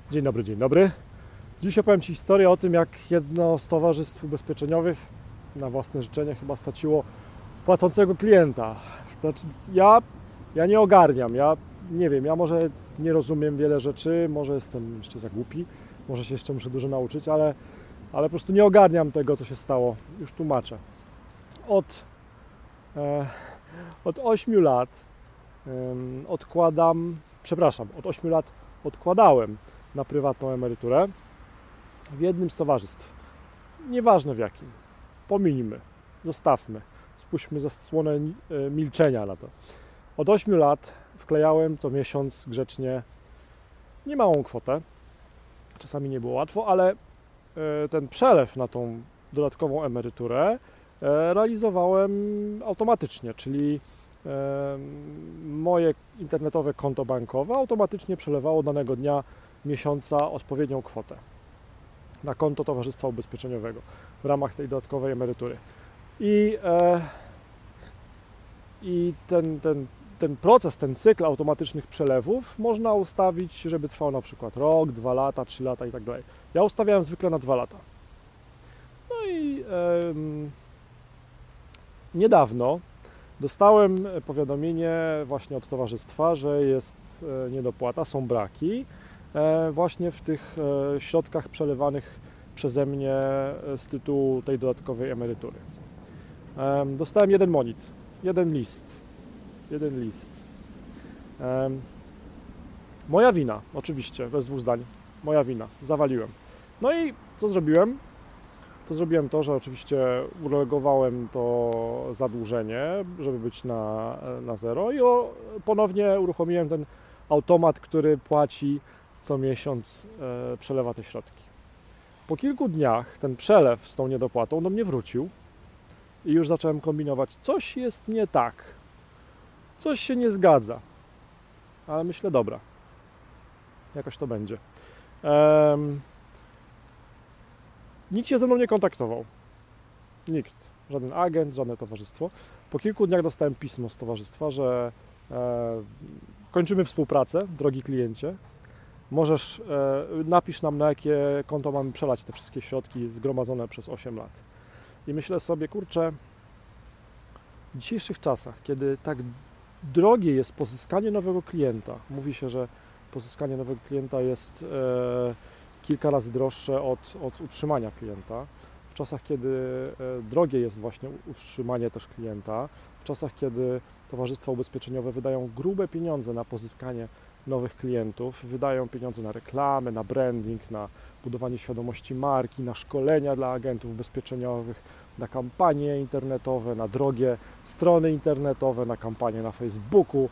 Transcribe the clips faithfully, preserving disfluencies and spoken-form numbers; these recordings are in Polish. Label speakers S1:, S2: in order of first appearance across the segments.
S1: Dzień dobry, dzień dobry. Dziś opowiem Ci historię o tym, jak jedno z towarzystw ubezpieczeniowych na własne życzenie chyba straciło płacącego klienta. Znaczy, ja, ja nie ogarniam, ja nie wiem, ja może nie rozumiem wiele rzeczy, może jestem jeszcze za głupi, może się jeszcze muszę dużo nauczyć, ale, ale po prostu nie ogarniam tego, co się stało. Już tłumaczę. Od, e, od ośmiu lat e, odkładam, przepraszam, od ośmiu lat odkładałem na prywatną emeryturę w jednym z towarzystw. Nieważne w jakim. Pominijmy, zostawmy, spuśćmy zasłonę milczenia na to. Od ośmiu lat wklejałem co miesiąc grzecznie niemałą kwotę. Czasami nie było łatwo, ale ten przelew na tą dodatkową emeryturę realizowałem automatycznie, czyli moje internetowe konto bankowe automatycznie przelewało danego dnia miesiąca odpowiednią kwotę na konto towarzystwa ubezpieczeniowego w ramach tej dodatkowej emerytury. I, e, i ten, ten, ten proces, ten cykl automatycznych przelewów można ustawić, żeby trwał na przykład rok, dwa lata, trzy lata i tak dalej. Ja ustawiałem zwykle na dwa lata. No i e, niedawno dostałem powiadomienie właśnie od towarzystwa, że jest niedopłata, są braki właśnie w tych środkach przelewanych przeze mnie z tytułu tej dodatkowej emerytury. Dostałem jeden monit, jeden list, jeden list. Moja wina, oczywiście, bez dwóch zdań, moja wina, zawaliłem. No i co zrobiłem? To zrobiłem to, że oczywiście uregulowałem to zadłużenie, żeby być na, na zero i o, ponownie uruchomiłem ten automat, który płaci co miesiąc, e, przelewa te środki. Po kilku dniach ten przelew z tą niedopłatą do mnie wrócił i już zacząłem kombinować, coś jest nie tak, coś się nie zgadza, ale myślę, dobra, jakoś to będzie. Ehm, Nikt się ze mną nie kontaktował. Nikt. Żaden agent, żadne towarzystwo. Po kilku dniach dostałem pismo z towarzystwa, że e, kończymy współpracę, drogi kliencie. Możesz, e, napisz nam, na jakie konto mamy przelać te wszystkie środki zgromadzone przez osiem lat. I myślę sobie, kurczę, w dzisiejszych czasach, kiedy tak drogie jest pozyskanie nowego klienta, mówi się, że pozyskanie nowego klienta jest e, kilka razy droższe od, od utrzymania klienta. W czasach, kiedy drogie jest właśnie utrzymanie też klienta, w czasach, kiedy towarzystwa ubezpieczeniowe wydają grube pieniądze na pozyskanie nowych klientów, wydają pieniądze na reklamy, na branding, na budowanie świadomości marki, na szkolenia dla agentów ubezpieczeniowych, na kampanie internetowe, na drogie strony internetowe, na kampanie na Facebooku.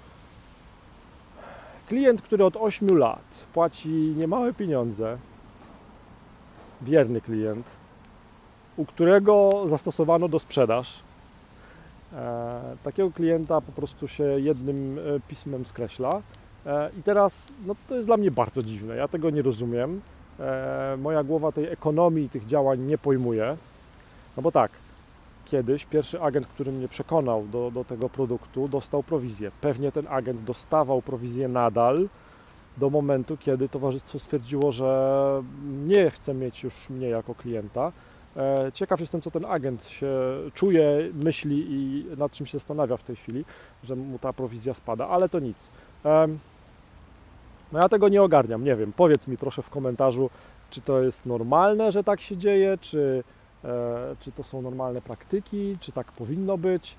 S1: Klient, który od ośmiu lat płaci niemałe pieniądze, wierny klient, u którego zastosowano do sprzedaż, e, takiego klienta po prostu się jednym pismem skreśla. E, I teraz, no to jest dla mnie bardzo dziwne, ja tego nie rozumiem. E, moja głowa tej ekonomii, tych działań nie pojmuje. No bo tak, kiedyś pierwszy agent, który mnie przekonał do, do tego produktu, dostał prowizję. Pewnie ten agent dostawał prowizję nadal do momentu, kiedy towarzystwo stwierdziło, że nie chce mieć już mnie jako klienta. Ciekaw jestem, co ten agent się czuje, myśli i nad czym się zastanawia w tej chwili, że mu ta prowizja spada, ale to nic. No ja tego nie ogarniam, nie wiem. Powiedz mi proszę w komentarzu, czy to jest normalne, że tak się dzieje, czy czy to są normalne praktyki, czy tak powinno być.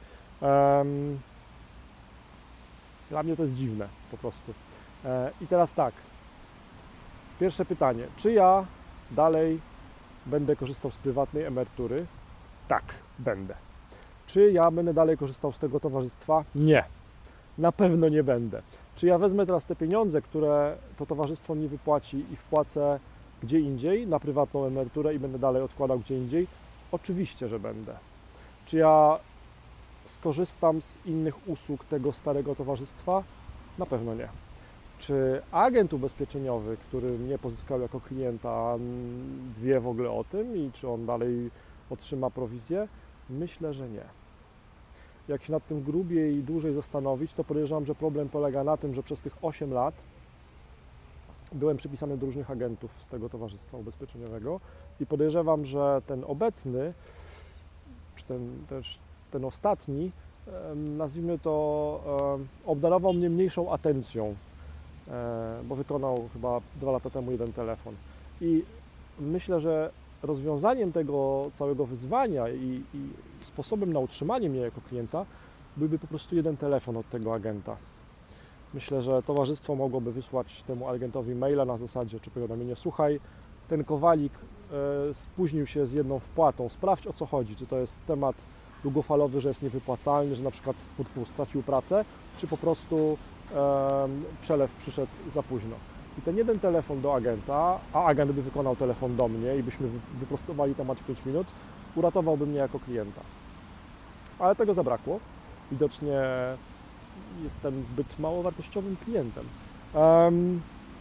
S1: Dla mnie to jest dziwne po prostu. I teraz tak, pierwsze pytanie, czy ja dalej będę korzystał z prywatnej emerytury? Tak, będę. Czy ja będę dalej korzystał z tego towarzystwa? Nie, na pewno nie będę. Czy ja wezmę teraz te pieniądze, które to towarzystwo mi wypłaci i wpłacę gdzie indziej, na prywatną emeryturę i będę dalej odkładał gdzie indziej? Oczywiście, że będę. Czy ja skorzystam z innych usług tego starego towarzystwa? Na pewno nie. Czy agent ubezpieczeniowy, który mnie pozyskał jako klienta, wie w ogóle o tym i czy on dalej otrzyma prowizję? Myślę, że nie. Jak się nad tym grubiej i dłużej zastanowić, to podejrzewam, że problem polega na tym, że przez tych osiem lat byłem przypisany do różnych agentów z tego towarzystwa ubezpieczeniowego i podejrzewam, że ten obecny, czy ten, też ten ostatni, nazwijmy to, obdarował mnie mniejszą atencją, bo wykonał chyba dwa lata temu jeden telefon. I myślę, że rozwiązaniem tego całego wyzwania i, i sposobem na utrzymanie mnie jako klienta byłby po prostu jeden telefon od tego agenta. Myślę, że towarzystwo mogłoby wysłać temu agentowi maila na zasadzie, czy powiadomienie: słuchaj, ten Kowalik e, spóźnił się z jedną wpłatą, sprawdź, o co chodzi, czy to jest temat długofalowy, że jest niewypłacalny, że na przykład stracił pracę, czy po prostu e, przelew przyszedł za późno. I ten jeden telefon do agenta, a agent by wykonał telefon do mnie i byśmy wyprostowali temat w pięć minut, uratowałby mnie jako klienta. Ale tego zabrakło. Widocznie jestem zbyt mało wartościowym klientem. Um,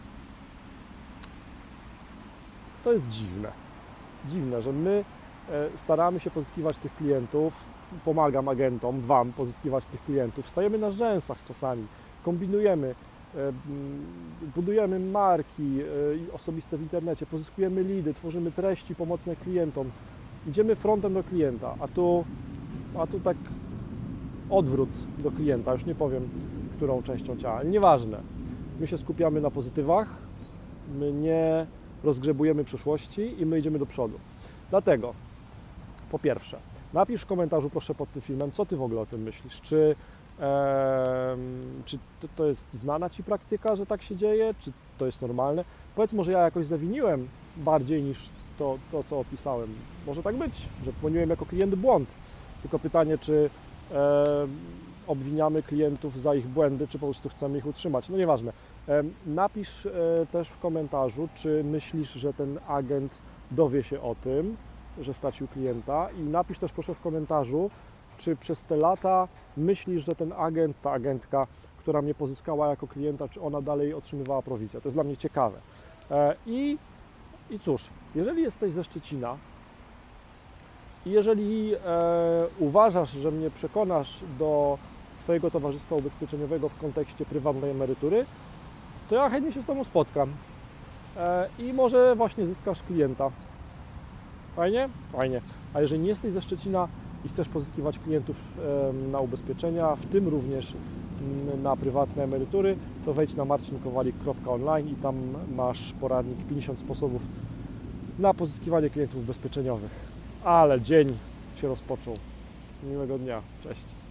S1: to jest dziwne. Dziwne, że my e, staramy się pozyskiwać tych klientów, pomagam agentom, Wam pozyskiwać tych klientów, stajemy na rzęsach czasami, kombinujemy, e, budujemy marki e, osobiste w internecie, pozyskujemy lidy, tworzymy treści pomocne klientom, idziemy frontem do klienta, a tu, a tu tak odwrót do klienta, już nie powiem, którą częścią ciała, ale nieważne. My się skupiamy na pozytywach, my nie rozgrzebujemy przyszłości i my idziemy do przodu. Dlatego, po pierwsze, napisz w komentarzu proszę pod tym filmem, co Ty w ogóle o tym myślisz. Czy, e, czy to, to jest znana Ci praktyka, że tak się dzieje? Czy to jest normalne? Powiedz, może ja jakoś zawiniłem bardziej niż to, to co opisałem. Może tak być, że popełniłem jako klient błąd. Tylko pytanie, czy e, obwiniamy klientów za ich błędy, czy po prostu chcemy ich utrzymać. No nieważne. E, napisz e, też w komentarzu, czy myślisz, że ten agent dowie się o tym, że stracił klienta, i napisz też proszę w komentarzu, czy przez te lata myślisz, że ten agent, ta agentka, która mnie pozyskała jako klienta, czy ona dalej otrzymywała prowizję. To jest dla mnie ciekawe. E, i, I cóż, jeżeli jesteś ze Szczecina i jeżeli e, uważasz, że mnie przekonasz do swojego towarzystwa ubezpieczeniowego w kontekście prywatnej emerytury, to ja chętnie się z Tobą spotkam e, i może właśnie zyskasz klienta. Fajnie? Fajnie. A jeżeli nie jesteś ze Szczecina i chcesz pozyskiwać klientów e, na ubezpieczenia, w tym również m, na prywatne emerytury, to wejdź na marcin kowalik kropka online i tam masz poradnik pięćdziesiąt sposobów na pozyskiwanie klientów ubezpieczeniowych. Ale dzień się rozpoczął. Miłego dnia. Cześć.